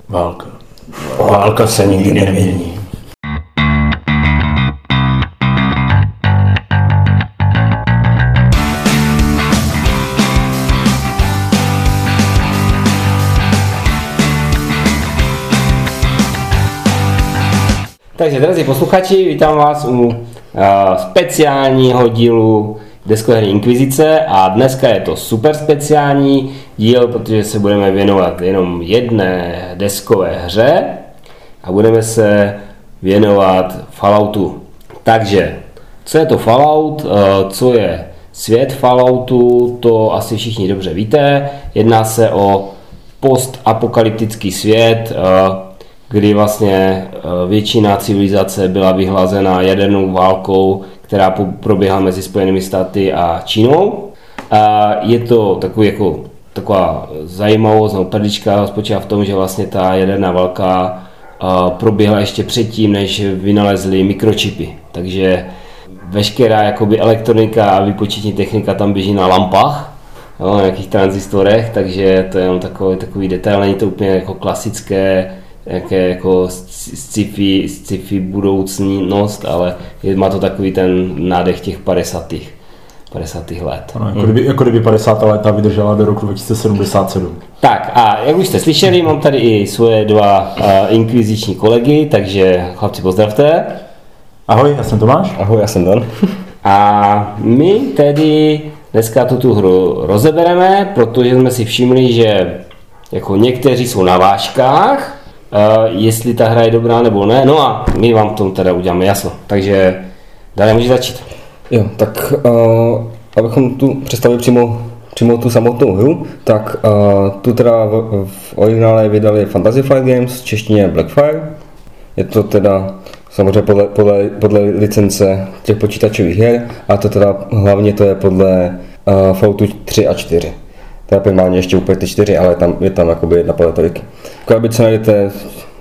Válka se nikdy nemění. Takže, drazí posluchači, vítám vás u speciálního dílu deskové hry Inkvizice a dneska je to super speciální díl, protože se budeme věnovat jenom jedné deskové hře a budeme se věnovat Falloutu. Takže, co je to Fallout, co je svět Falloutu, to asi všichni dobře víte. Jedná se o postapokalyptický svět, kdy vlastně většina civilizace byla vyhlazena jadernou válkou, která proběhla mezi Spojenými státy a Čínou. Je to taková zajímavost, perlička spočívá v tom, že vlastně ta jaderná válka proběhla ještě předtím, než vynalezli mikročipy. Takže veškerá jakoby elektronika a výpočetní technika tam běží na lampách, na nějakých tranzistorech, takže to je jenom takový detail, není to úplně jako klasické jaké jako sci-fi budoucnost, ale má to takový ten nádech těch 50. let. Ano, jako kdyby 50. léta vydržela do roku 2077. Tak a jak už jste slyšeli, mám tady i svoje dva inkviziční kolegy, takže chlapci pozdravte. Ahoj, já jsem Tomáš. Ahoj, já jsem Dan. A my tedy dneska tu hru rozebereme, protože jsme si všimli, že jako někteří jsou na vážkách, jestli ta hra je dobrá nebo ne, no a my vám tomu teda uděláme jasno. Takže dále můžeš začít. Jo, tak abychom tu představili přímo tu samotnou hru, tak tu teda v originále vydali Fantasy Flight Games, v češtině Blackfire. Je to teda samozřejmě podle licence těch počítačových her, a to teda hlavně to je podle Falloutu 3 a 4. Teda primárně ještě úplně ty 4, ale je tam jakoby jedna podle trojky. V krabici najdete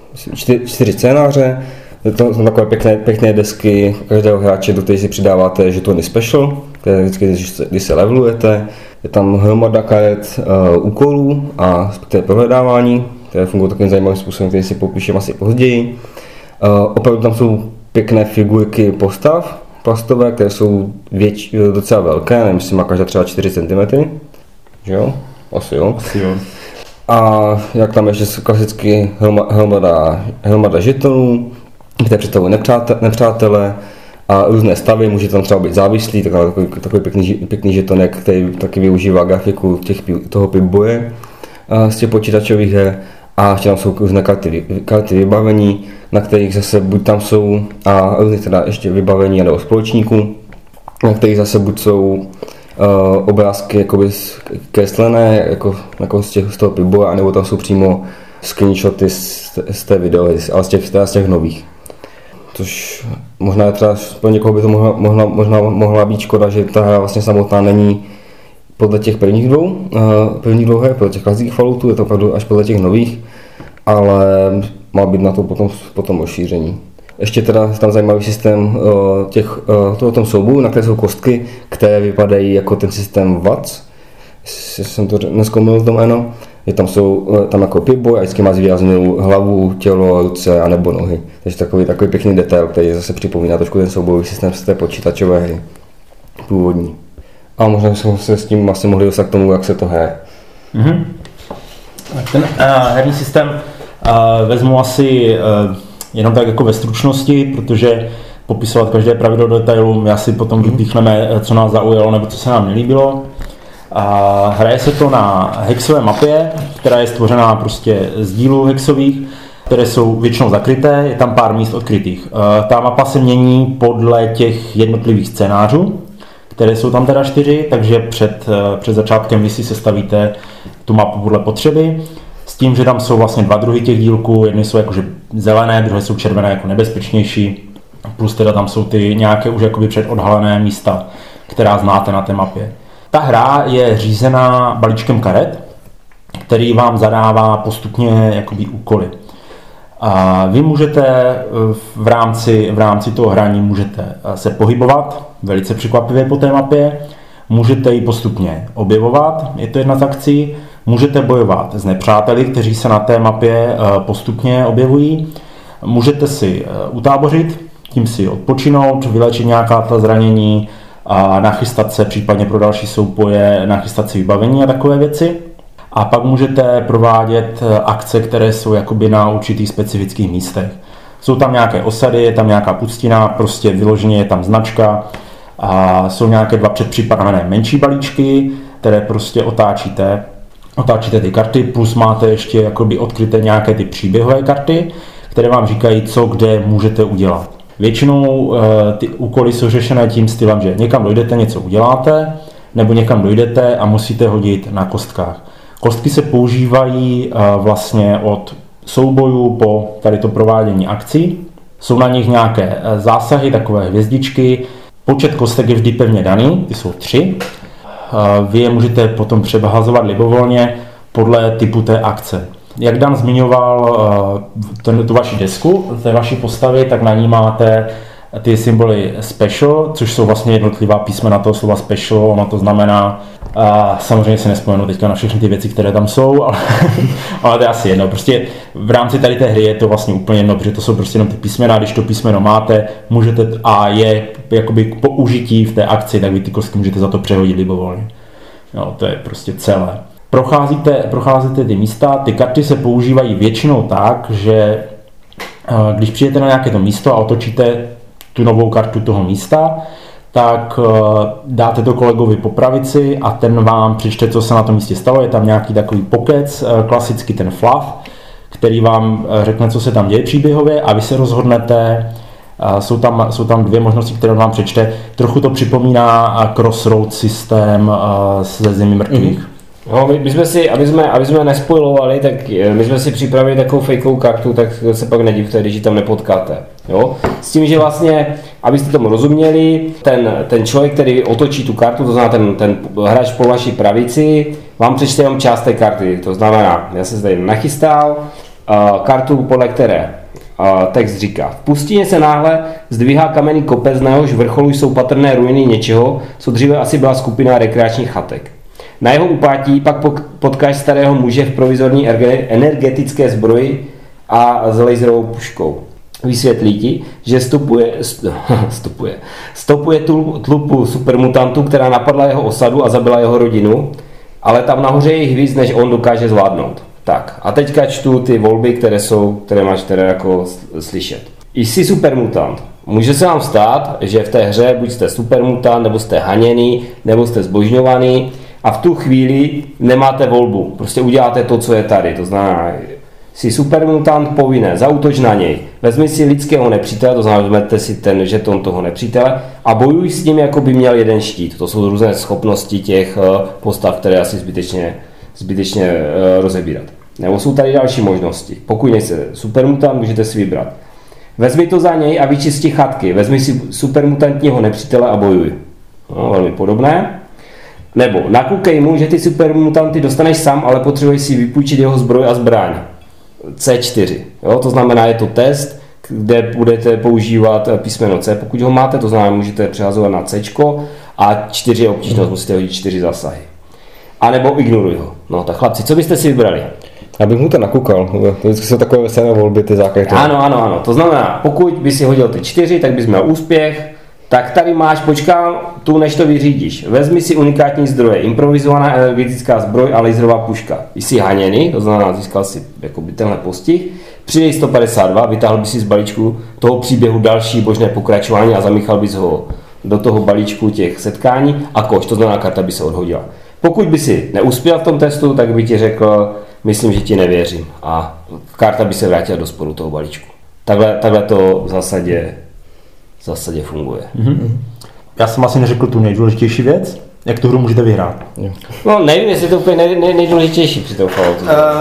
4 scénáře, jsou takové pěkné desky každého hráče, do kterých si přidáváte žetony special, které vždycky, když se levelujete. Je tam hromada karet úkolů a prohledávání, které fungují takovým zajímavým způsobem, který si popíšeme asi později. Opravdu tam jsou pěkné figurky postav plastové, které jsou docela velké, nevím, jestli má každá třeba 4 cm. Jo? Asi jo. A jak tam ještě klasicky hromada žetonů, které představují nepřátele a různé stavy, může tam třeba být závislý, takový pěkný žetonek, který taky využívá grafiku toho Pip-Boye z těch počítačových her. A ještě tam jsou různé karty vybavení, na kterých zase buď tam jsou a různých teda ještě vybavení nebo společníků, na kterých zase buď jsou obrázky jakoby kreslené jako z toho Pip-Boye, anebo tam jsou přímo screenshoty z té videohry, ale z těch nových. Což možná třeba pro někoho by to mohla být škoda, že ta hra vlastně samotná není podle těch prvních dvou her, podle těch klasických Falloutů, je to opravdu až podle těch nových, ale má být na to potom rozšíření. Ještě teda tam zajímavý systém tohoto souboru, na které jsou kostky, které vypadají jako ten systém VATS, jestli jsem to nezkomil to jméno. Tam jako Pip-Boy a vždycky má zvýrazněnou hlavu, tělo, ruce a nebo nohy. Takže takový pěkný detail, který zase připomíná trošku ten souborový systém z té počítačové hry původní. A možná jsme se s tím asi mohli dostat k tomu, jak se to hraje. Mm-hmm. Ten herní systém vezmu asi jenom tak jako ve stručnosti, protože popisovat každé pravidlo do detailu, my asi potom vypíchneme, co nás zaujalo nebo co se nám nelíbilo. Hraje se to na hexové mapě, která je stvořená prostě z dílů hexových, které jsou většinou zakryté, je tam pár míst odkrytých. Ta mapa se mění podle těch jednotlivých scénářů, které jsou tam teda 4, takže před začátkem vy si sestavíte tu mapu podle potřeby, s tím, že tam jsou vlastně 2 druhy těch dílků, jedny jsou jakože zelené, druhé jsou červené jako nebezpečnější, plus teda tam jsou ty nějaké už jakoby předodhalené místa, která znáte na té mapě. Ta hra je řízená balíčkem karet, který vám zadává postupně jakoby úkoly. A vy můžete v rámci toho hraní můžete se pohybovat velice překvapivě po té mapě, můžete ji postupně objevovat, je to jedna z akcí, Můžete bojovat s nepřáteli, kteří se na té mapě postupně objevují. Můžete si utábořit, tím si odpočinout, vylečit nějaká ta zranění a nachystat se případně pro další souboje, nachystat si vybavení a takové věci. A pak můžete provádět akce, které jsou jakoby na určitých specifických místech. Jsou tam nějaké osady, je tam nějaká pustina, prostě vyloženě je tam značka a jsou nějaké 2 předpřipravené menší balíčky, které prostě otáčíte ty karty, plus máte ještě jakoby odkryté nějaké ty příběhové karty, které vám říkají, co kde můžete udělat. Většinou ty úkoly jsou řešené tím stylem, že někam dojdete, něco uděláte, nebo někam dojdete a musíte hodit na kostkách. Kostky se používají vlastně od soubojů po tady to provádění akcí. Jsou na nich nějaké zásahy, takové hvězdičky. Počet kostek je vždy pevně daný, ty jsou 3. Vy je můžete potom přehazovat libovolně podle typu té akce. Jak Dan zmiňoval tu vaši desku, té vaší postavy, tak na ní máte ty symboly special, což jsou vlastně jednotlivá písmena toho slova special, ono to znamená, samozřejmě si nespomenu teďka na všechny ty věci, které tam jsou, ale to je asi jedno. Prostě v rámci tady té hry je to vlastně úplně jedno, protože to jsou prostě jenom ty písmena, když to písmeno máte, můžete a je jakoby po užití v té akci, tak vy ty kostky můžete za to přehodit libovolně. No, to je prostě celé. Procházíte ty místa, ty karty se používají většinou tak, že když přijdete na nějaké to místo a otočíte tu novou kartu toho místa, tak dáte to kolegovi po pravici a ten vám přečte, co se na tom místě stalo. Je tam nějaký takový pokec, klasicky ten fluff, který vám řekne, co se tam děje příběhově a vy se rozhodnete. Jsou tam 2 možnosti, které vám přečte. Trochu to připomíná Crossroad systém ze Zemi mrtvých. No, my jsme si, aby jsme nespoilovali, tak my jsme si připravili takovou fejkovou kartu, tak se pak nedivte, když ji tam nepotkáte. Jo? S tím, že vlastně, abyste tomu rozuměli, ten člověk, který otočí tu kartu, to znamená ten hráč po vaší pravici, vám přečte jenom část té karty. To znamená, já jsem tady nachystal kartu, podle které text říká: v pustině se náhle zdvihá kamenný kopec, na jehož vrcholu jsou patrné ruiny něčeho, co dříve asi byla skupina rekreačních chatek. Na jeho úpatí pak potkáš starého muže v provizorní energetické zbroji a s laserovou puškou. Vysvětlí ti, že stopuje tlupu supermutantů, která napadla jeho osadu a zabila jeho rodinu, ale tam nahoře je víc, než on dokáže zvládnout. Tak, a teďka čtu ty volby, které máš teda jako slyšet. Jsi supermutant. Může se vám stát, že v té hře buď jste supermutant, nebo jste haněný, nebo jste zbožňovaný, a v tu chvíli nemáte volbu. Prostě uděláte to, co je tady. To znamená, jsi supermutant, povinné, zaútoč na něj. Vezmi si lidského nepřítele, to znamená, vezmete si ten žeton toho nepřítele a bojuj s ním, jako by měl jeden štít. To jsou různé schopnosti těch postav, které asi zbytečně rozebírat. Nebo jsou tady další možnosti. Pokud nejste supermutant, můžete si vybrat. Vezmi to za něj a vyčisti chatky. Vezmi si supermutantního nepřítele a bojuj. No, velmi podobné. Nebo nakukej mu, že ty supermutanty dostaneš sám, ale potřebuješ si vypůjčit jeho zbroj a zbraň. C4. Jo? To znamená, je to test, kde budete používat písmeno C. Pokud ho máte, to znamená, můžete přehazovat na C a 4 je obtížnost, musíte hodit 4 zásahy. A nebo ignoruj ho. No tak chlapci, co byste si vybrali? Abych mu to nakukal. Vždycky jsou takové veselé volby, ty základní. Ano. To znamená, pokud by si hodil ty 4, tak bys měl úspěch. Tak tady máš, počkám tu, než to vyřídíš. Vezmi si unikátní zdroje, improvizovaná energetická zbroj a laserová puška. Jsi haněný, to znamená, získal si jakoby tenhle postih. Přidej 152, vytáhl by si z balíčku toho příběhu další božné pokračování a zamíchal bys ho do toho balíčku těch setkání a koš, to znamená, karta by se odhodila. Pokud by si neuspěl v tom testu, tak by ti řekl, myslím, že ti nevěřím a karta by se vrátila do spodu toho balíčku. Takhle to v zásadě funguje. Mm-hmm. Já jsem asi neřekl tu nejdůležitější věc, jak tu hru můžete vyhrát. No nevím, jestli to úplně nejdůležitější při tom Falloutu.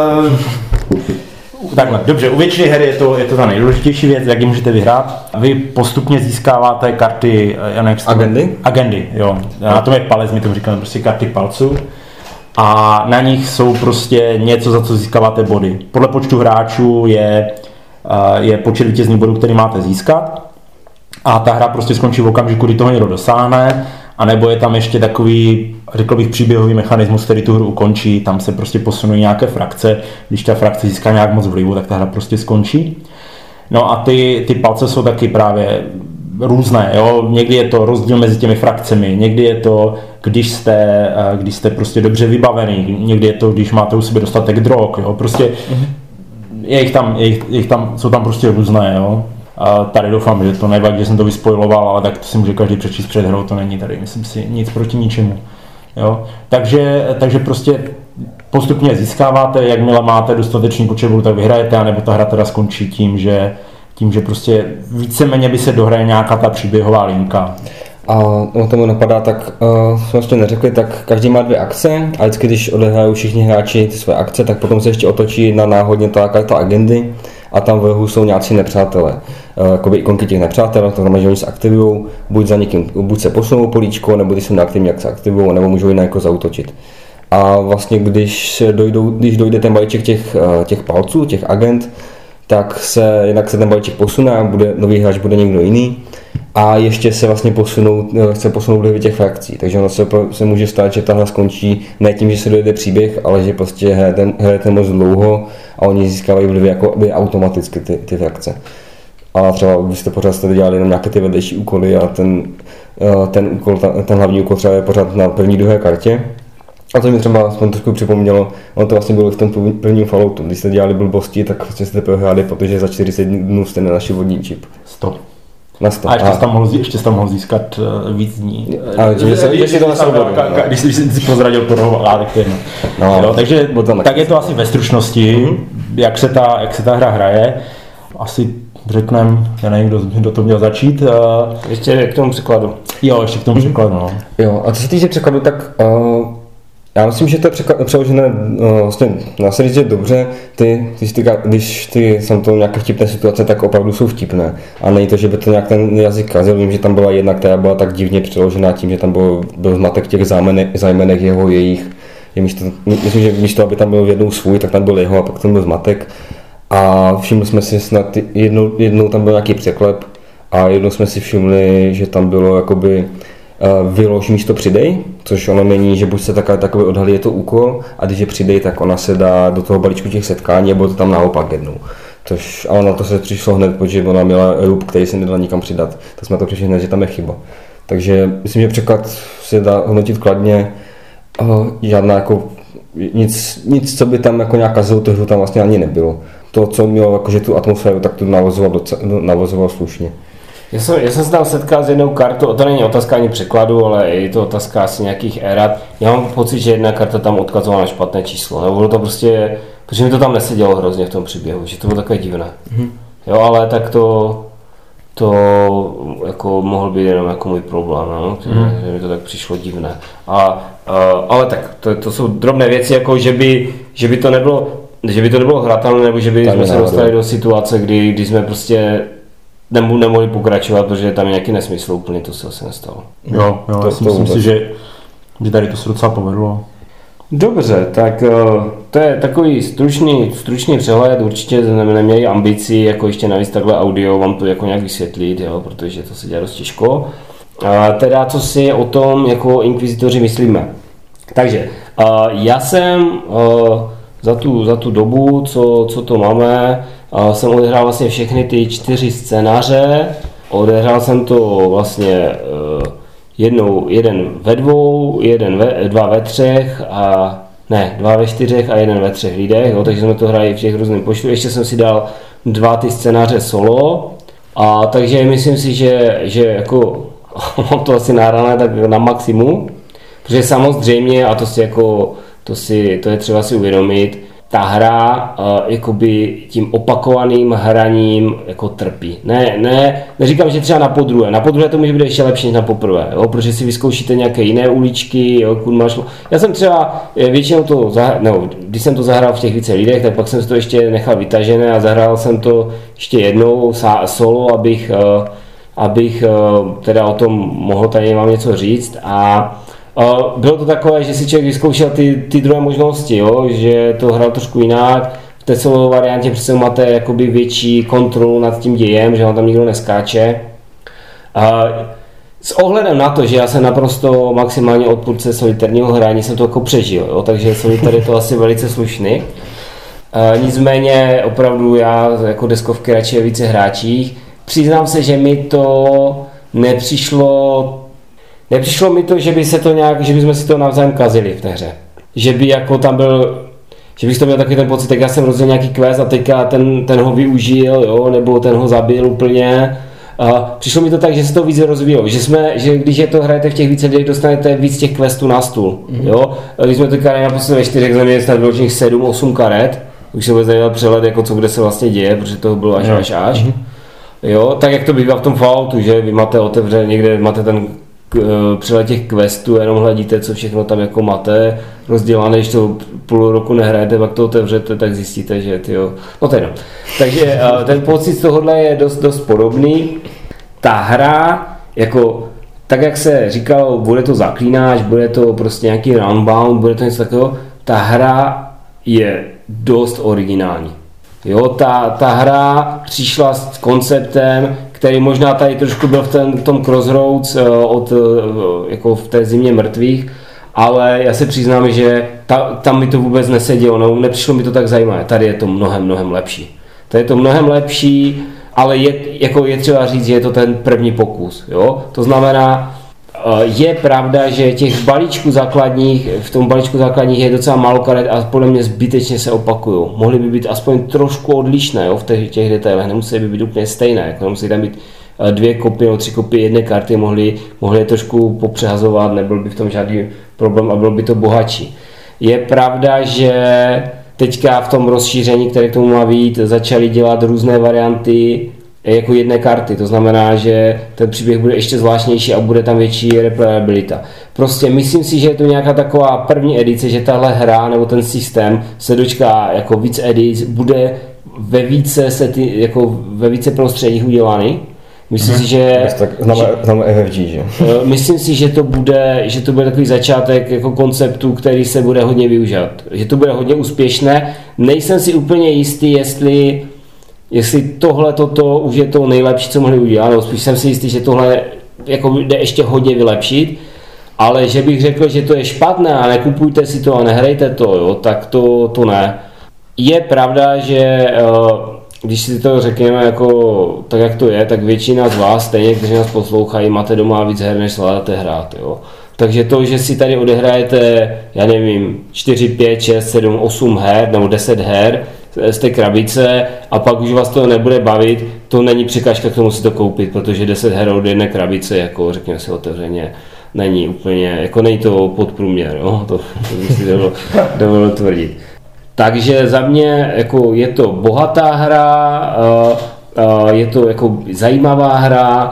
Takhle, dobře, u většiny her je to ta nejdůležitější věc, jak ji můžete vyhrát. Vy postupně získáváte karty, agendy, jo. Na tom je palec, my tomu říkáme prostě karty palců. A na nich jsou prostě něco, za co získáváte body. Podle počtu hráčů je počet vítězných bodů, který máte získat. A ta hra prostě skončí v okamžiku, kdy toho někdo dosáhne A nebo je tam ještě takový, řekl bych, příběhový mechanismus, který tu hru ukončí, tam se prostě posunují nějaké frakce, když ta frakce získá nějak moc vlivu, tak ta hra prostě skončí. No a ty palce jsou taky právě různé, jo? Někdy je to rozdíl mezi těmi frakcemi, někdy je to, když jste prostě dobře vybavený, někdy je to, když máte u sebe dostatek drog, jo? Prostě jsou tam prostě různé, jo? A tady doufám, že to nevadí, že jsem to vyspojloval, ale tak to si může každý přečíst před hrou, to není tady, myslím si, nic proti ničemu. Jo? Takže prostě postupně získáváte, jakmile máte dostatečný počet, tak vyhrajete, anebo ta hra teda skončí tím, že prostě víceméně by se dohraje nějaká ta příběhová linka. A o tomu napadá, tak jsme ještě neřekli, tak každý má 2 akce a vždycky, když odehrají všichni hráči ty své akce, tak potom se ještě otočí na náhodně ta karta agendy a tam v rohu jsou nějací nepřátelé. Jakoby ikonky těch nepřátel, to znamená, že oni se aktivují, buď se posunou políčko, nebo když jsou neaktivní, jak se aktivují, nebo můžou jinak jako zaútočit. A vlastně, když dojde ten balíček těch palců, těch agent, tak se ten balíček posune a nový hráč bude někdo jiný a ještě se vlastně chce posunout vlivy těch frakcí, takže ono se může stát, že ta hra skončí ne tím, že se dojde příběh, ale že prostě hrajete moc dlouho a oni získávají vlivy jako automaticky ty frakce. A třeba byste pořád dělali jenom nějaké ty vedlejší úkoly a ten hlavní úkol třeba je pořád na první, druhé kartě. A to mi třeba trošku připomnělo, ono to vlastně bylo v tom prvním Falloutu, když jste dělali blbosti, tak vlastně jste prohráli, protože za 40 dnů jste nenašli vodní čip. 100. Na 100. A ještě jsi tam mohl získat víc dní. Když jsi si prozradil pornou látek, to je jedno. No, takže tak je to asi ve stručnosti, jak se ta hra hraje. Asi řekneme, já nevím, kdo to měl začít. Ještě k tomu překladu. Jo, ještě k tomu překladu, no. Jo, a co se týče překladu, tak já myslím, že to je přeložené, vlastně dá se říct, že dobře, když jsou to nějaké vtipné situace, tak opravdu jsou vtipné. A není to, že by to nějak ten jazyk kazil, vím, že tam byla jedna, která byla tak divně přeložená tím, že tam byl zmatek těch zájmenek jeho, jejich. Myslím, že místo, aby tam byl jednou svůj, tak tam byl jeho a pak tam byl zmatek. A všimli jsme si snad, jednou tam byl nějaký překlep a jednou jsme si všimli, že tam bylo jakoby vylož místo přidej, což ono mění, že buď se takový odhalí, je to úkol, a když je přidej, tak ona se dá do toho balíčku těch setkání, nebo to tam naopak jednou. Ale na to se přišlo hned, protože ona měla rub, který se nedal nikam přidat, tak jsme to přišli hned, že tam je chyba. Takže myslím, že překlad se dá hodnotit kladně, žádná jako nic, co by tam jako nějak kazilo, to tam vlastně ani nebylo. To, co mělo jakože tu atmosféru, tak to navozoval slušně. Já jsem se tam setkal s jednou kartou, to není otázka ani překladu, ale je to otázka asi nějakých érat. Já mám pocit, že jedna karta tam odkazovala na špatné číslo, nebo bylo to prostě, protože mi to tam nesedělo hrozně v tom příběhu, že to bylo takové divné. Jo, ale tak to jako mohl být jenom jako můj problém, no? Že mi to tak přišlo divné. Ale tak to jsou drobné věci, jako že by to nebylo hratelné, nebo že by jsme se dostali do situace, kdy jsme prostě nemohli pokračovat, protože tam je nějaký nesmysl úplně, to se asi nestalo. Jo, myslím si, že tady to se docela povedlo. Dobře, tak to je takový stručný přehled, určitě neměli ambici, jako ještě navíc takhle audio vám to jako nějak vysvětlit, jo, protože to se dělá dost těžko. Teda co si o tom jako inkvizitoři myslíme. Takže já jsem za tu dobu, co to máme, jsem odehrál vlastně všechny ty 4 scénáře. Odehrál jsem to vlastně jeden ve 2, dva ve 3 a ne, 2 ve 4 a 1 ve 3 lidech, jo, takže jsme to hráli v těch různém počtu. Ještě jsem si dal 2 ty scénáře solo, a takže myslím si, že jako mám to asi nahrané tak na maximum, protože samozřejmě, a to je třeba si uvědomit, ta hra jakoby tím opakovaným hraním jako trpí. Neříkám, že třeba na podruhé to může být ještě lepší než na poprvé, jo? Protože si vyzkoušíte nějaké jiné uličky, jo? Já jsem třeba většinou když jsem to zahrál v těch více lidech, tak pak jsem si to ještě nechal vytažené a zahrál jsem to ještě jednou solo, abych teda o tom mohl tady vám něco říct. A bylo to takové, že si člověk vyzkoušel ty druhé možnosti, jo? Že to hrál trošku jinak. V té solo variantě přece máte jakoby větší kontrolu nad tím dějem, že vám tam nikdo neskáče. s ohledem na to, že já jsem naprosto maximálně odpůrce solitárního hraní, jsem to jako přežil, jo? Takže solitár je to asi velice slušný. Nicméně opravdu já jako deskovky radši více hráčích. Přiznám se, že mi to nepřišlo mi to, že by se to nějak, že bychom si to navzájem kazili v té hře. Že by jako tam byl, že bych to měl takový ten pocit, tak já jsem rozdělil nějaký quest a teďka ten ho využil, jo, nebo ten ho zabil úplně. Přišlo mi to tak, že se to víc rozvíjelo, že když je to hrajete v těch více lidech, dostanete víc těch questů na stůl, jo. Když jsme teďka naposledy ve 4, tak jsme snad vyložených 7-8 karet, už se vůbec nedělal přehled, jako co kde se vlastně děje, protože toho bylo až. Jo, tak jak to bývá v tom Falloutu, že vy máte otevřené, někde máte ten přehled těch questů, jenom hledíte, co všechno tam jako máte rozdělané, když to půl roku nehrajete, pak to otevřete, tak zjistíte, že tyjo, no to jenom. Takže ten pocit z tohohle je dost podobný. Ta hra, jako tak jak se říkalo, bude to zaklínáč, bude to prostě nějaký runbound, bude to něco takového, ta hra je dost originální. Jo, ta hra přišla s konceptem, který možná tady trošku byl v tom Crossroads jako v té zimě mrtvých, ale já se přiznám, že tam mi to vůbec nesedělo, no, nepřišlo mi to tak zajímavé. Tady je to mnohem lepší. Tady je to mnohem lepší, ale je třeba říct, že je to ten první pokus. Jo? To znamená, je pravda, že těch balíčků základních, v tom balíčku základních je docela málo karet a podle mě zbytečně se opakují. Mohly by být aspoň trošku odlišné, jo, v těch detailech, nemusí by být úplně stejné, jako nemusí tam být 2 kopie nebo 3 kopie jedné karty, mohly je trošku popřehazovat, nebyl by v tom žádný problém a bylo by to bohatší. Je pravda, že teďka v tom rozšíření, které k tomu má být, začali dělat různé varianty jako jedné karty, to znamená, že ten příběh bude ještě zvláštnější a bude tam větší replayabilita. Prostě myslím si, že je to nějaká taková první edice, že tahle hra nebo ten systém se dočká jako víc edic, bude ve více prostředích udělaný. Myslím si, že známe FFG, že? Myslím si, že to bude takový začátek jako konceptu, který se bude hodně využívat. Že to bude hodně úspěšné. Nejsem si úplně jistý, jestli tohle toto už je to nejlepší, co mohli udělat, nebo spíš jsem si jistý, že tohle jako jde ještě hodně vylepšit, ale že bych řekl, že to je špatné a nekupujte si to a nehrajte to, jo, tak to ne. Je pravda, že když si to řekněme jako tak, jak to je, tak většina z vás, stejně, kteří nás poslouchají, máte doma víc her, než zvládáte hrát, jo. Takže to, že si tady odehrajete, já nevím, 4, 5, 6, 7, 8 her nebo 10 her z té krabice a pak už vás to nebude bavit, to není překážka k tomu si to koupit, protože 10 her od jedné krabice, jako řekněme si otevřeně, není úplně, jako není to podprůměr, jo? To bych si dovolil tvrdit. Takže za mě jako je to bohatá hra, je to jako zajímavá hra,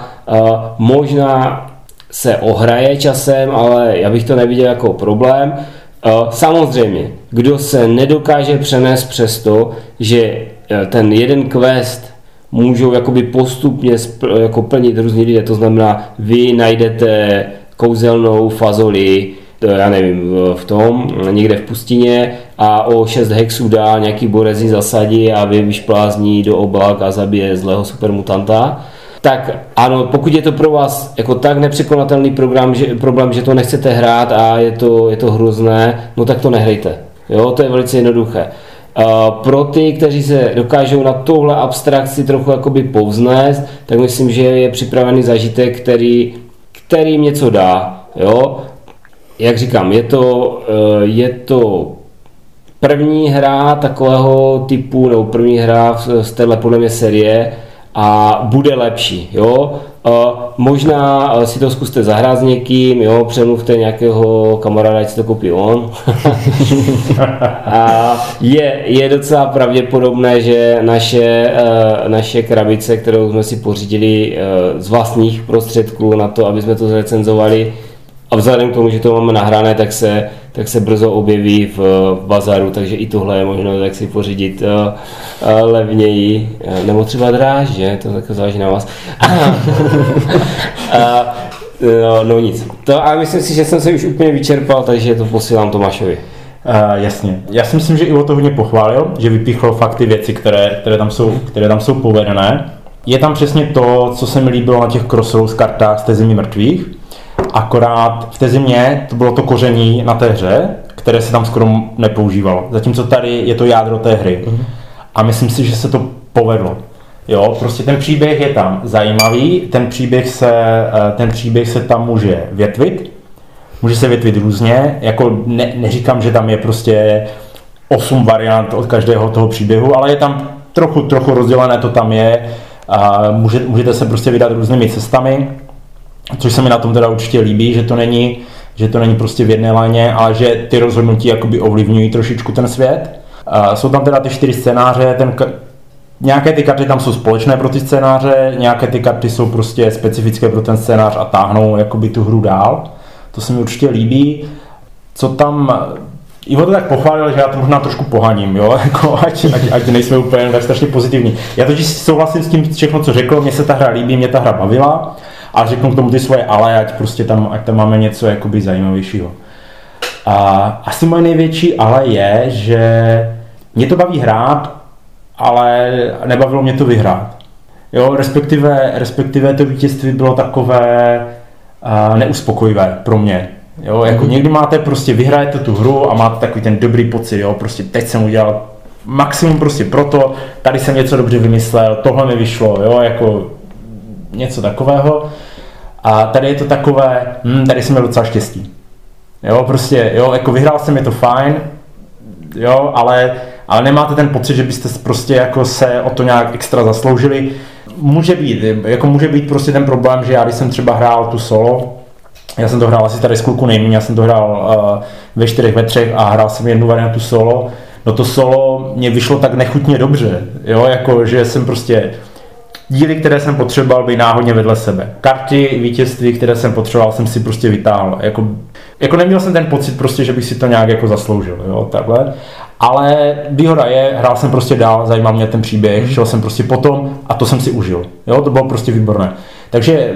možná se ohraje časem, ale já bych to neviděl jako problém. Samozřejmě, kdo se nedokáže přenést přes to, že ten jeden quest můžou jakoby postupně jako plnit různí lidé, to znamená, vy najdete kouzelnou fazoli, já nevím, v tom, někde v pustině a o 6 hexů dá nějaký borezí zasadí a vy vyšplázní do oblak a zabije zlého supermutanta. Tak ano, pokud je to pro vás jako tak nepřekonatelný problém, že to nechcete hrát a je to hrozné, no tak to nehrajte. Jo, to je velice jednoduché. Pro ty, kteří se dokážou na tohle abstrakci trochu jakoby povznést, tak myslím, že je připravený zažitek, který jim něco dá. Jo? Jak říkám, je to první hra takového typu, nebo první hra z téhle podle mě série, a bude lepší, jo. Možná si to zkuste zahrát s někým, jo, přemluvte nějakého kamaráda, ať si to koupí on. A je docela pravděpodobné, že naše krabice, kterou jsme si pořídili z vlastních prostředků na to, aby jsme to zrecenzovali, a vzhledem k tomu, že to máme nahrané, tak se brzo objeví v bazaru, takže i tohle je možno tak si pořídit levněji, nebo třeba dráž, že? To tak záleží na vás. No nic. A myslím si, že jsem se už úplně vyčerpal, takže to posílám Tomášovi. Jasně. Já si myslím, že Ivo to hodně pochválil, že vypíchl fakt ty věci, které tam jsou povedené. Je tam přesně to, co se mi líbilo na těch Crossroads kartách z té Země mrtvých, akorát v té Zimě to bylo to koření na té hře, které se tam skoro nepoužívalo. Zatímco tady je to jádro té hry. A myslím si, že se to povedlo. Jo, prostě ten příběh je tam zajímavý, ten příběh se tam může větvit. Může se větvit různě, jako neříkám, že tam je prostě 8 variant od každého toho příběhu, ale je tam trochu rozdělené, to tam je. A můžete se prostě vydat různými cestami, což se mi na tom teda určitě líbí, že to není prostě v jedné léně, ale že ty rozhodnutí jakoby ovlivňují trošičku ten svět. Jsou tam teda ty 4 scénáře, nějaké ty karty tam jsou společné pro ty scénáře, nějaké ty karty jsou prostě specifické pro ten scénář a táhnou jakoby tu hru dál. To se mi určitě líbí. Co tam... Ivo to tak pochválil, že já to možná trošku pohaním, jo? Jako, ať nejsme úplně tak strašně pozitivní. Já totiž souhlasím s tím všechno, co řekl, mně se ta hra líbí, mě ta hra bavila, a řeknu k tomu ty svoje ale, ať tam máme něco jakoby zajímavějšího. A asi moje největší ale je, že mě to baví hrát, ale nebavilo mě to vyhrát. Jo, respektive to vítězství bylo takové neuspokojivé pro mě. Jo, jako někdy máte prostě, vyhrajete tu hru a máte takový ten dobrý pocit, jo, prostě teď jsem udělal maximum prostě proto, tady jsem něco dobře vymyslel, tohle mi vyšlo, jo, jako něco takového. A tady je to takové, tady jsem měl docela štěstí. Jo, prostě, jo, jako vyhrál jsem, je to fajn, jo, ale nemáte ten pocit, že byste prostě jako se o to nějak extra zasloužili. Může být prostě ten problém, že já když jsem třeba hrál tu solo, já jsem to hrál asi tady z kluku nejméně, já jsem to hrál ve 4, ve 3 a hrál jsem jednu variantu solo. No to solo mě vyšlo tak nechutně dobře, jo, jako že jsem prostě díly, které jsem potřeboval, by náhodně vedle sebe. Karty, vítězství, které jsem potřeboval, jsem si prostě vytáhl. Jako neměl jsem ten pocit prostě, že bych si to nějak jako zasloužil, jo, takhle. Ale výhoda je, hrál jsem prostě dál, zajímal mě ten příběh, šel jsem prostě potom a to jsem si užil. Jo, to bylo prostě výborné. Takže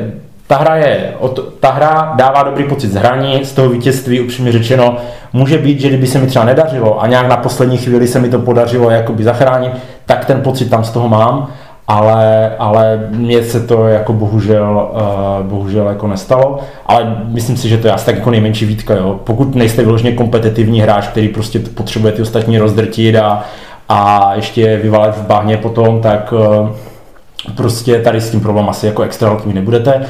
ta hra dává dobrý pocit z hraní, z toho vítězství, upřímně řečeno. Může být, že kdyby se mi třeba nedařilo a nějak na poslední chvíli se mi to podařilo jakoby zachránit, tak ten pocit tam z toho mám, ale mně se to jako bohužel jako nestalo, ale myslím si, že to je asi tak jako nejmenší výtka, jo. Pokud nejste vyloženě kompetitivní hráč, který prostě potřebuje ty ostatní rozdrtit a ještě vyvalet v bahně potom, tak prostě tady s tím problém asi jako extra velký nebudete,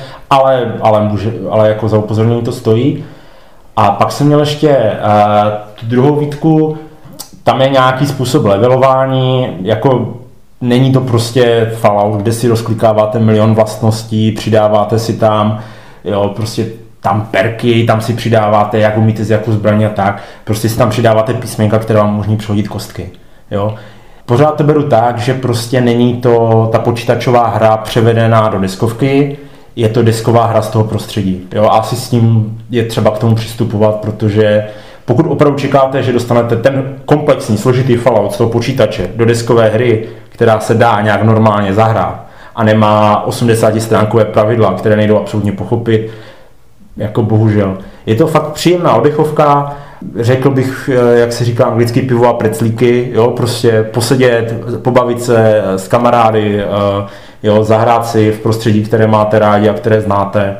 ale jako za upozornění to stojí. A pak jsem měl ještě tu druhou výtku, tam je nějaký způsob levelování, jako není to prostě Fallout, kde si rozklikáváte milion vlastností, přidáváte si tam, jo, prostě tam perky, tam si přidáváte, jak umíte z jakou zbraní a tak, prostě si tam přidáváte písmenka, které vám umožní přehodit kostky, jo. Pořád to beru tak, že prostě není to ta počítačová hra převedená do deskovky, je to desková hra z toho prostředí. Jo? A asi s tím je třeba k tomu přistupovat, protože pokud opravdu čekáte, že dostanete ten komplexní, složitý Fallout z toho počítače do deskové hry, která se dá nějak normálně zahrát a nemá 80stránkové pravidla, které nejdou absolutně pochopit, jako bohužel. Je to fakt příjemná oddechovka, řekl bych, jak se říká anglicky, pivo a preclíky, jo, prostě posedět, pobavit se s kamarády, jo, zahrát si v prostředí, které máte rádi a které znáte.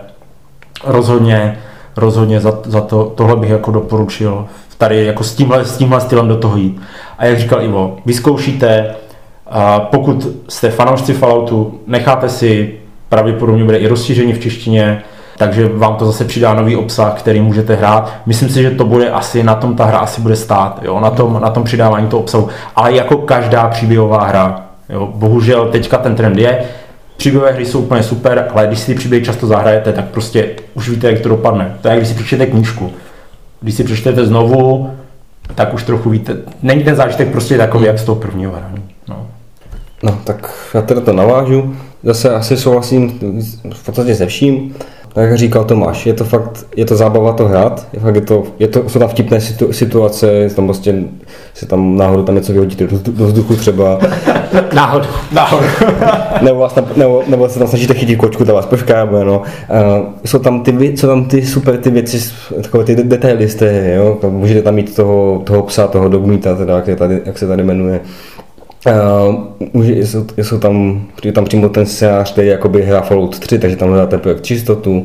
Rozhodně za tohle bych jako doporučil tady jako s tímhle stylem do toho jít. A jak říkal Ivo, vyzkoušíte, pokud jste fanoušci Falloutu, necháte si, pravděpodobně bude i rozšíření v češtině, takže vám to zase přidá nový obsah, který můžete hrát. Myslím si, že to bude asi, na tom ta hra asi bude stát, jo, na tom přidávání toho obsahu. Ale jako každá příběhová hra, jo, bohužel teďka ten trend je, příběhové hry jsou úplně super, ale když si ty příběhy často zahrajete, tak prostě už víte, jak to dopadne. To je, jak když si přečtete knížku. Když si přečtete znovu, tak už trochu víte. Není ten zážitek prostě takový, jak z toho prvního hraní. No, tak já teda to navážu. Zase asi souhlasím v podstatě se vším. Tak jak říkal Tomáš, je to zábava to hrát, jsou tam vtipné situace, tam prostě se tam náhodou tam něco vyhodíte do vzduchu třeba. Náhodou. nebo se tam snažíte chytit kočku, ta vás poškábe, no. Jsou tam ty super ty věci, takové ty detailisty, jo, můžete tam mít toho psa, toho dogmeata, teda, jak se tady jmenuje. Jsou tam přímo ten scénář, který jakoby hra Fallout 3, takže tam hledáte projekt čistotu,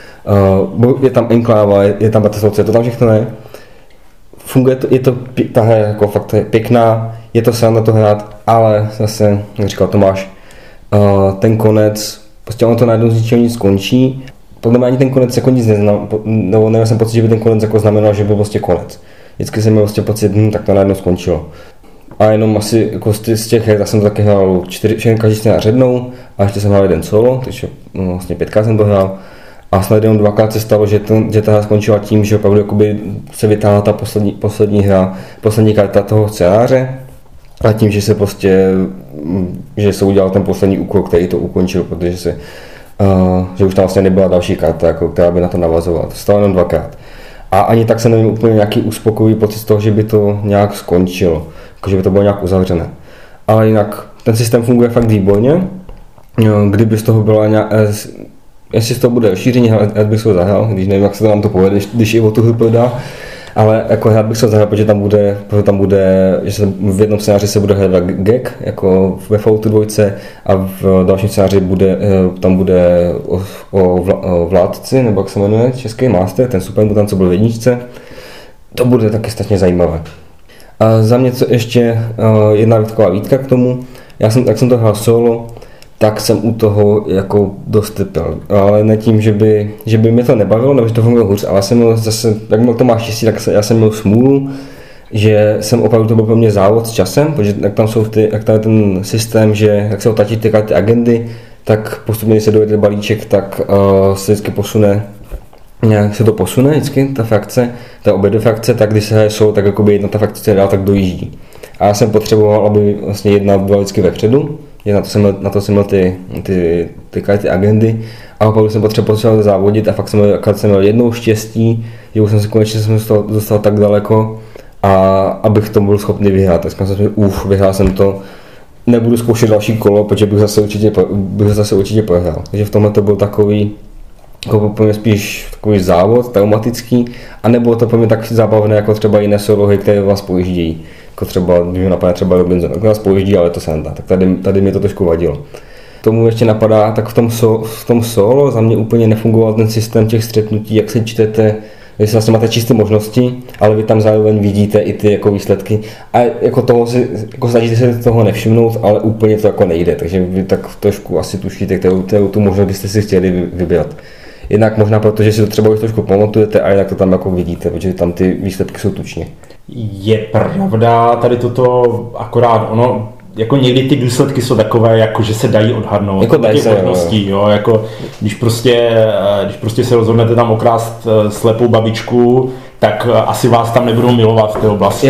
je tam enkláva, je tam batesovace, to tam všechno ne. Funguje to, ta hra jako fakt je pěkná, je to sranda to hrát, ale zase, jak říkal Tomáš, ten konec, prostě ono to najednou z ničeho nic skončí. Podle mě ani ten konec jako nic neznamená, nebo neměl jsem pocit, že by ten konec jako znamenal, že by prostě konec. Vždycky jsem měl prostě pocit, tak to najednou skončilo. A jenom asi jako z těch her, tak jsem to taky hrál každý scénář jednou a ještě jsem hrál jeden solo, takže vlastně 5krát jsem to hrál. A snad jenom 2krát se stalo, že ta hra skončila tím, že opravdu jakoby se vytáhla ta poslední hra, poslední karta toho scénáře a tím, že se prostě, že se udělal ten poslední úkol, který to ukončil, protože že už tam vlastně nebyla další karta, jako, která by na to navazovala. To stalo jenom 2krát. A ani tak se nevím úplně nějaký uspokojivý pocit z toho, že by to nějak skončilo, jako, že by to bylo nějak uzavřené. Ale jinak ten systém funguje fakt výborně. Kdyby z toho byla jestli z toho bude rozšíření, rád bych se ho zahrál, když nevím, jak se to nám to povede, když i o tu hru prodá, ale jako rád bych se ho zahrál, protože tam bude, že v jednom scénáři se bude hrát gag, jako ve Falloutu 2, a v dalším scénáři tam bude o vládci, nebo jak se jmenuje, český master, ten supermutant, co byl v jedničce. To bude taky strašně zajímavé. A za mě ještě jedna taková výtka k tomu, jak jsem to hrál solo, tak jsem u toho jako dost trpěl, ale ne tím, že by mě to nebavilo, nebo že to fungovalo hůř, ale jsem měl zase, jak měl Tomáš štěstí, tak já jsem měl smůlu, že jsem opravdu, to byl pro mě závod s časem, protože jak tam je ten systém, že jak se otáčí ty agendy, tak postupně, když se dojde balíček, tak se vždycky posune vždycky ta frakce, obě dvě frakce, tak když se hraje solo, tak jakoby jedna ta frakce dál tak dojíždí. A já jsem potřeboval, aby vlastně jedna byla vždycky vepředu, na to jsem měl ty karty agendy a opravdu jsem potřeboval závodit a fakt jsem měl jednou štěstí, že už jsem se konečně dostal tak daleko a abych to byl schopný vyhrát. Tak jsem si vyhrál jsem to, nebudu zkoušet další kolo, protože bych zase určitě prohrál. Takže v tomhle to byl takový jako pro mě spíš takový závod, traumatický, a nebylo to pro mě tak zábavné jako třeba jiné solohy, které vás pojíždějí. Jako třeba, když mi napadá třeba Robinson, tak nás pojíždí, ale to se nedá, tak tady mi to trošku vadilo. Tomu ještě napadá, tak v tom solo za mě úplně nefungoval ten systém těch střetnutí, jak se čtete, vy vlastně máte čisté možnosti, ale vy tam zároveň vidíte i ty jako výsledky a jako toho jako snažíte se toho nevšimnout, ale úplně to jako nejde, takže vy tak trošku asi tušíte, kterou tu možnost byste si chtěli vybrat. Jednak možná protože si to třeba už trošku pamatujete a jinak to tam jako vidíte, protože tam ty výsledky jsou tučně. Je pravda tady toto, akorát ono, jako někdy ty důsledky jsou takové, jako že se dají odhadnout. Jako dají se, jo, jako když prostě se rozhodnete tam okrást slepou babičku, tak asi vás tam nebudou milovat v té oblasti.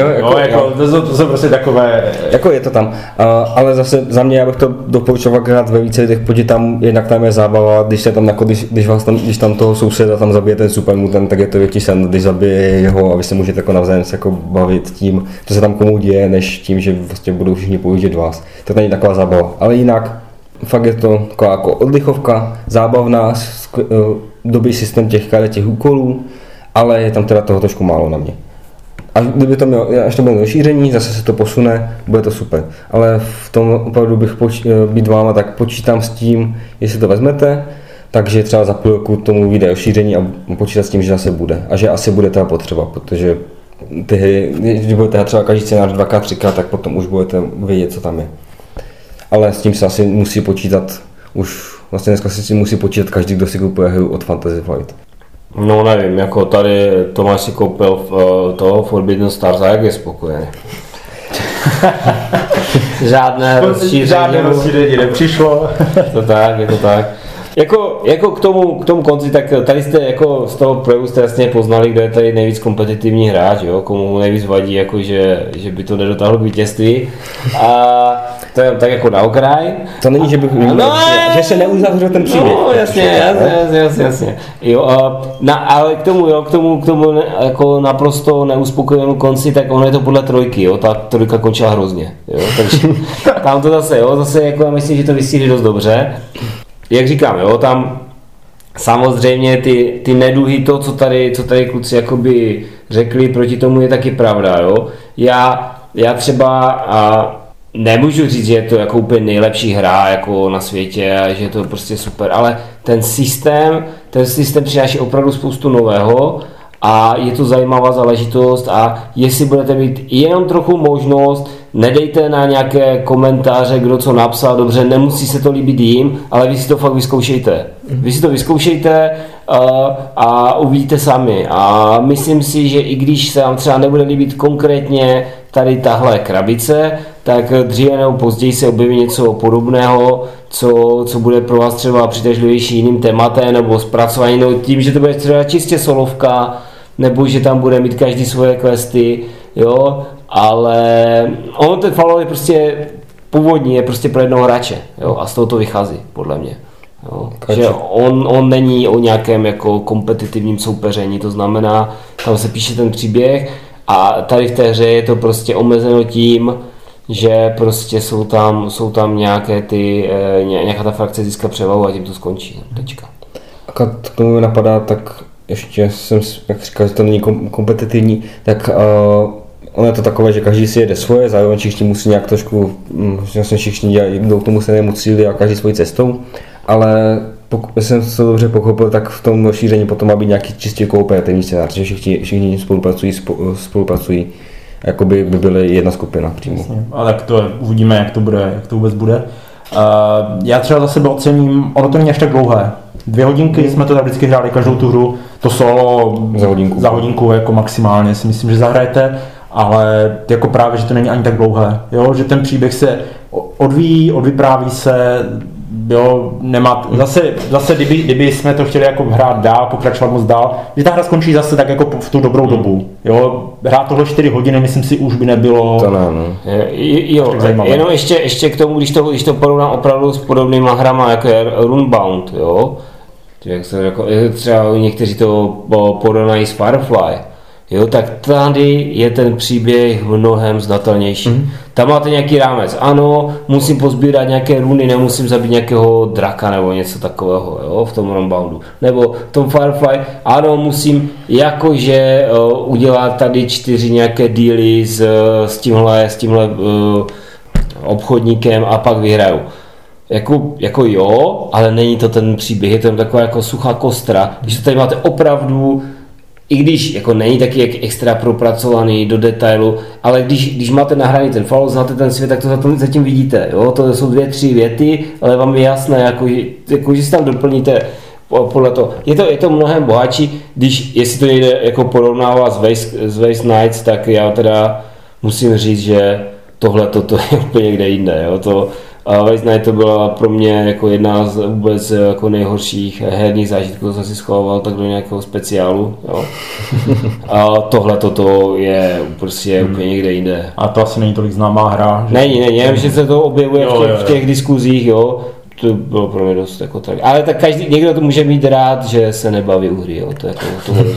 To jsou prostě takové... Jako je to tam, ale zase za mě, já bych to doporučoval hrát ve více lidech, protože tam je zábava, když tam toho souseda tam zabije ten supermutant, tak je to větší sen, když zabije jeho a vy se můžete jako navzájem se jako bavit tím, co se tam komu děje, než tím, že vlastně budou všichni pojíždět vás. To není taková zábava, ale jinak fakt je to taková jako oddychovka, zábavná, dobrý systém těch úkolů, ale je tam teda toho trošku málo na mě. A kdyby to mělo, až to bylo rozšíření, zase se to posune, bude to super. Ale v tom opravdu bych být váma, tak počítám s tím, jestli to vezmete, takže třeba za půl roku tomu vyjde rozšíření a počítat s tím, že zase bude. A že asi bude teda potřeba, protože když budete třeba každý scénář 2x, 3x, tak potom už budete vědět, co tam je. Ale s tím se asi musí počítat, už vlastně dneska si musí počítat každý, kdo si kupuje hru od Fantasy Flight. No nevím, jako tady Tomáš si koupil toho Forbidden Stars a jak je spokojený. Žádné rozšíření nepřišlo. Je to tak. Jako k tomu konci, tak tady jste jako z toho projevu jste jasně poznali, kdo je tady nejvíc kompetitivní hráč, jo? Komu mu nejvíc vadí, jako že by to nedotáhlo k vítězství. A to je tak jako na okraj. To není, že bych že se neuzavřel ten příběh. No jasně. Jo, ale k tomu jako naprosto neuspokojenému konci, tak ono je to podle trojky, jo? Ta trojka končila hrozně, jo? Takže tam to zase jako já myslím, že to vysílí dost dobře. Jak říkám, jo, tam samozřejmě ty neduhy, to, co tady kluci jakoby řekli, proti tomu je taky pravda, jo. Já třeba nemůžu říct, že je to jako úplně nejlepší hra jako na světě a že je to prostě super, ale ten systém přináší opravdu spoustu nového a je to zajímavá záležitost a jestli budete mít jenom trochu možnost, nedejte na nějaké komentáře, kdo co napsal, dobře, nemusí se to líbit jim, ale vy si to fakt vyzkoušejte. Vy si to vyzkoušejte a uvidíte sami. A myslím si, že i když se vám třeba nebude líbit konkrétně tady tahle krabice, tak dříve nebo později se objeví něco podobného, co bude pro vás třeba přitažlivější jiným tématem nebo zpracování, no tím, že to bude třeba čistě solovka, nebo že tam bude mít každý svoje questy, jo, ale on ten Fallout je prostě původní, je prostě pro jednoho hráče, jo, a z toho to vychází, podle mě. Jo, že on není o nějakém jako kompetitivním soupeření, to znamená, tam se píše ten příběh a tady v té hře je to prostě omezeno tím, že prostě jsou tam nějaké nějaká ta frakce získá převahu a tím to skončí. Tečka. A k tomu napadá, tak ještě jsem, jak říkal, že to není kompetitivní, tak ono je to takové, že každý si jede svoje, zároveň všichni musí nějak trošku, vlastně všichni jdou k tomu stejnému cíli a každý svojí cestou, ale pokud jsem to dobře pochopil, tak v tom rozšíření potom má být nějaký čistě kooperativní scénář, že všichni spolupracují, jako by byly jedna skupina přímo. Jasně, ale tak to uvidíme, jak to vůbec bude. Já třeba za sebe ocením, ono to není až tak dlouhé. 2 hodinky jsme to tak vždycky hráli každou tu hru, to solo za hodinku jako maximálně si myslím, že zahrajete, ale jako právě, že to není ani tak dlouhé, jo? Že ten příběh se odvíjí, odvypráví se, jo, nemá, zase kdyby jsme to chtěli jako hrát dál, pokračovat moc dál, že ta hra skončí zase tak jako v tu dobrou dobu, jo, hrát tohle 4 hodiny, myslím si, už by nebylo to ne. Jo, jenom ještě k tomu, když to porovnám opravdu s podobnýma hrama, jako je Runebound, jo, jak se jako, třeba někteří to porovnají s Firefly, jo, tak tady je ten příběh mnohem znatelnější. Tam máte nějaký rámec, ano, musím pozbírat nějaké runy, nemusím zabít nějakého draka nebo něco takového, jo, v tom Runeboundu. Nebo v tom Firefly, ano, musím jakože udělat tady 4 nějaké dealy s tímhle obchodníkem a pak vyhraju. Jako jo, ale není to ten příběh, je to taková jako suchá kostra, když to tady máte opravdu, i když jako není taky extra propracovaný do detailu, ale když máte nahraný ten Fallout, znáte ten svět, tak to zatím vidíte, jo? To jsou 2-3 věty, ale vám je jasné, že si tam doplníte podle toho. Je to mnohem bohatší, jestli to někde jako porovnává s Waste Nights, tak já teda musím říct, že tohle to je úplně někde jinde, jo? A Waste Night to byla pro mě jako jedna z vůbec jako nejhorších herních zážitků, jsem si schoval tak do nějakého speciálu. Jo. A tohle toto je prostě úplně někde jinde. A to asi není tolik známá hra. Že... Není, jenom že se to objevuje v těch diskuzích, jo. To bylo pro mě dost jako tak. Ale tak někdo to může mít rád, že se nebaví u hry, jo. To je jako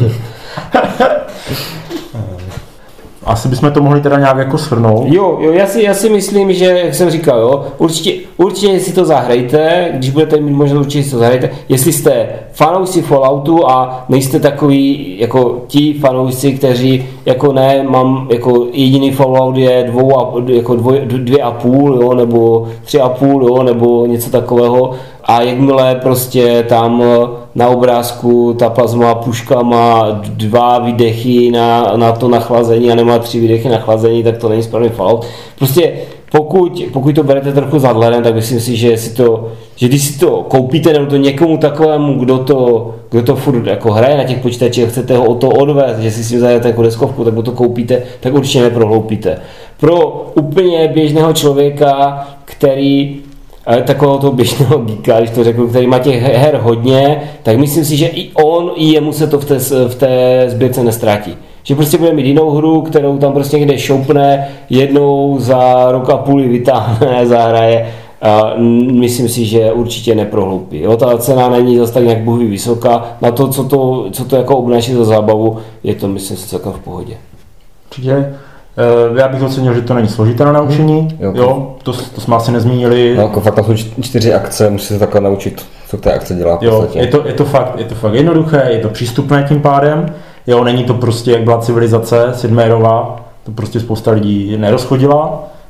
Asi bychom to mohli teda nějak jako shrnout. Jo, já si myslím, že, jak jsem říkal, jo, určitě si to zahrajte, když budete mít možnost, určitě si to zahrajte. Jestli jste fanoušci Falloutu a nejste takový jako ti fanoušci, kteří jako ne, mám jako jediný Fallout je 2,5, jo, nebo 3,5, jo, nebo něco takového. A jakmile prostě tam na obrázku ta plazma puška má 2 výdechy na to nachlazení a nemá 3 výdechy na chlazení, tak to není správný Fallout. Prostě pokud to berete trochu zadlenem, tak myslím si, že když si to koupíte nebo to někomu takovému, kdo to furt jako hraje na těch počítačích, chcete ho o to odvést, že si s tím zajdete jako deskovku, tak mu to koupíte, tak určitě neprohloupíte. Pro úplně běžného člověka, který takového toho běžného geeka, když to řeknu, který má těch her hodně, tak myslím si, že i jemu se to v té sbírce nestratí. Že prostě bude mít jinou hru, kterou tam prostě někde šoupne, jednou za rok a půl vytáhne, zahraje. A myslím si, že určitě neprohloupí. Jo, ta cena není zase tak nějak bohví vysoká. Na to, co to jako obnáší za zábavu, je to myslím si celkem v pohodě. Určitě. Já bych ocenil, že to není složité na naučení, jo, to jsme asi nezmínili. No, jako fakt tam jsou 4 akce, musíte se takhle naučit, co ta akce dělá v podstatě. Je to fakt jednoduché, je to přístupné tím pádem, jo, není to prostě jak byla civilizace Sid Meierova, to prostě spousta lidí nerozchodila,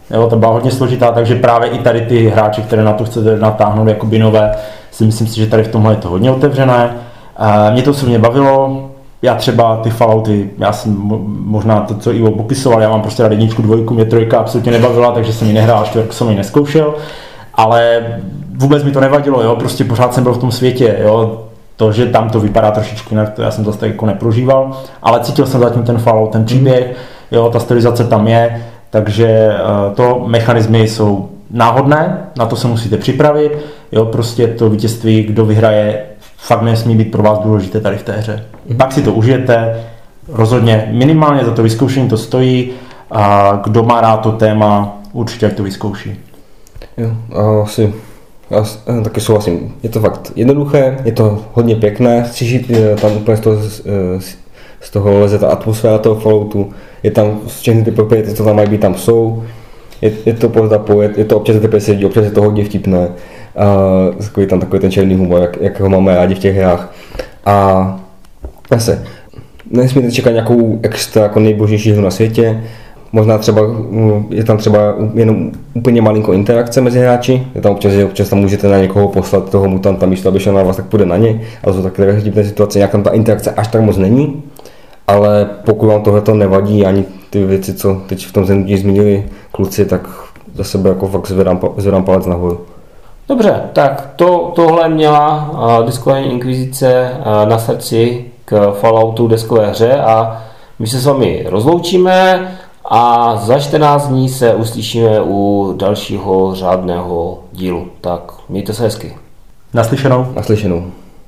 Jo, ta byla hodně složitá, takže právě i tady ty hráči, které na to chcete natáhnout jakoby nové, si myslím si, že tady v tomhle je to hodně otevřené. Mě to osobně bavilo, já třeba ty Fallouty, já jsem možná to, co Ivo popisoval, já mám prostě rád 1, 2, mě 3 absolutně nebavila, takže jsem ji nehrál, 4 jsem ji neskoušel, ale vůbec mi to nevadilo, jo, prostě pořád jsem byl v tom světě, jo. To, že tam to vypadá trošičku jinak, to já jsem zase tak jako neprožíval, ale cítil jsem zatím ten Fallout, ten příběh, jo, ta stylizace tam je, takže to mechanismy jsou náhodné, na to se musíte připravit, jo, prostě to vítězství, kdo vyhraje, fakt nesmí být pro vás důležité tady v té hře. Pak si to užijete, rozhodně minimálně za to vyzkoušení to stojí a kdo má rád to téma, určitě ať to vyzkouší. Jo, já taky souhlasím. Je to fakt jednoduché, je to hodně pěkné, střižit tam úplně z toho leze ta atmosféra toho Falloutu, je tam všechny ty propriety, co tam mají být, tam jsou. Je to je to občas sedí, občas je to hodně vtipné. Tam takový ten černý humor, jak ho máme rádi v těch hrách. A zase, nesmíte čekat nějakou extra jako nejbožnější hru na světě. Možná třeba, je tam třeba jenom úplně malinko interakce mezi hráči, je tam občas tam můžete na někoho poslat toho mutanta, místo aby šel na vás, tak půjde na ně, ale jsou takové vtipné situace, nějak tam ta interakce až tak moc není, ale pokud vám tohleto nevadí, ani ty věci, co teď v tom zhrnutí zmínili kluci, tak za sebe jako fakt zvedám palec nahoru. Dobře, tak tohle měla Deskové inkvizice na srdci k Falloutu deskové hře a my se s vámi rozloučíme a za 14 dní se uslyšíme u dalšího řádného dílu. Tak mějte se hezky. Naslyšenou. Naslyšenou.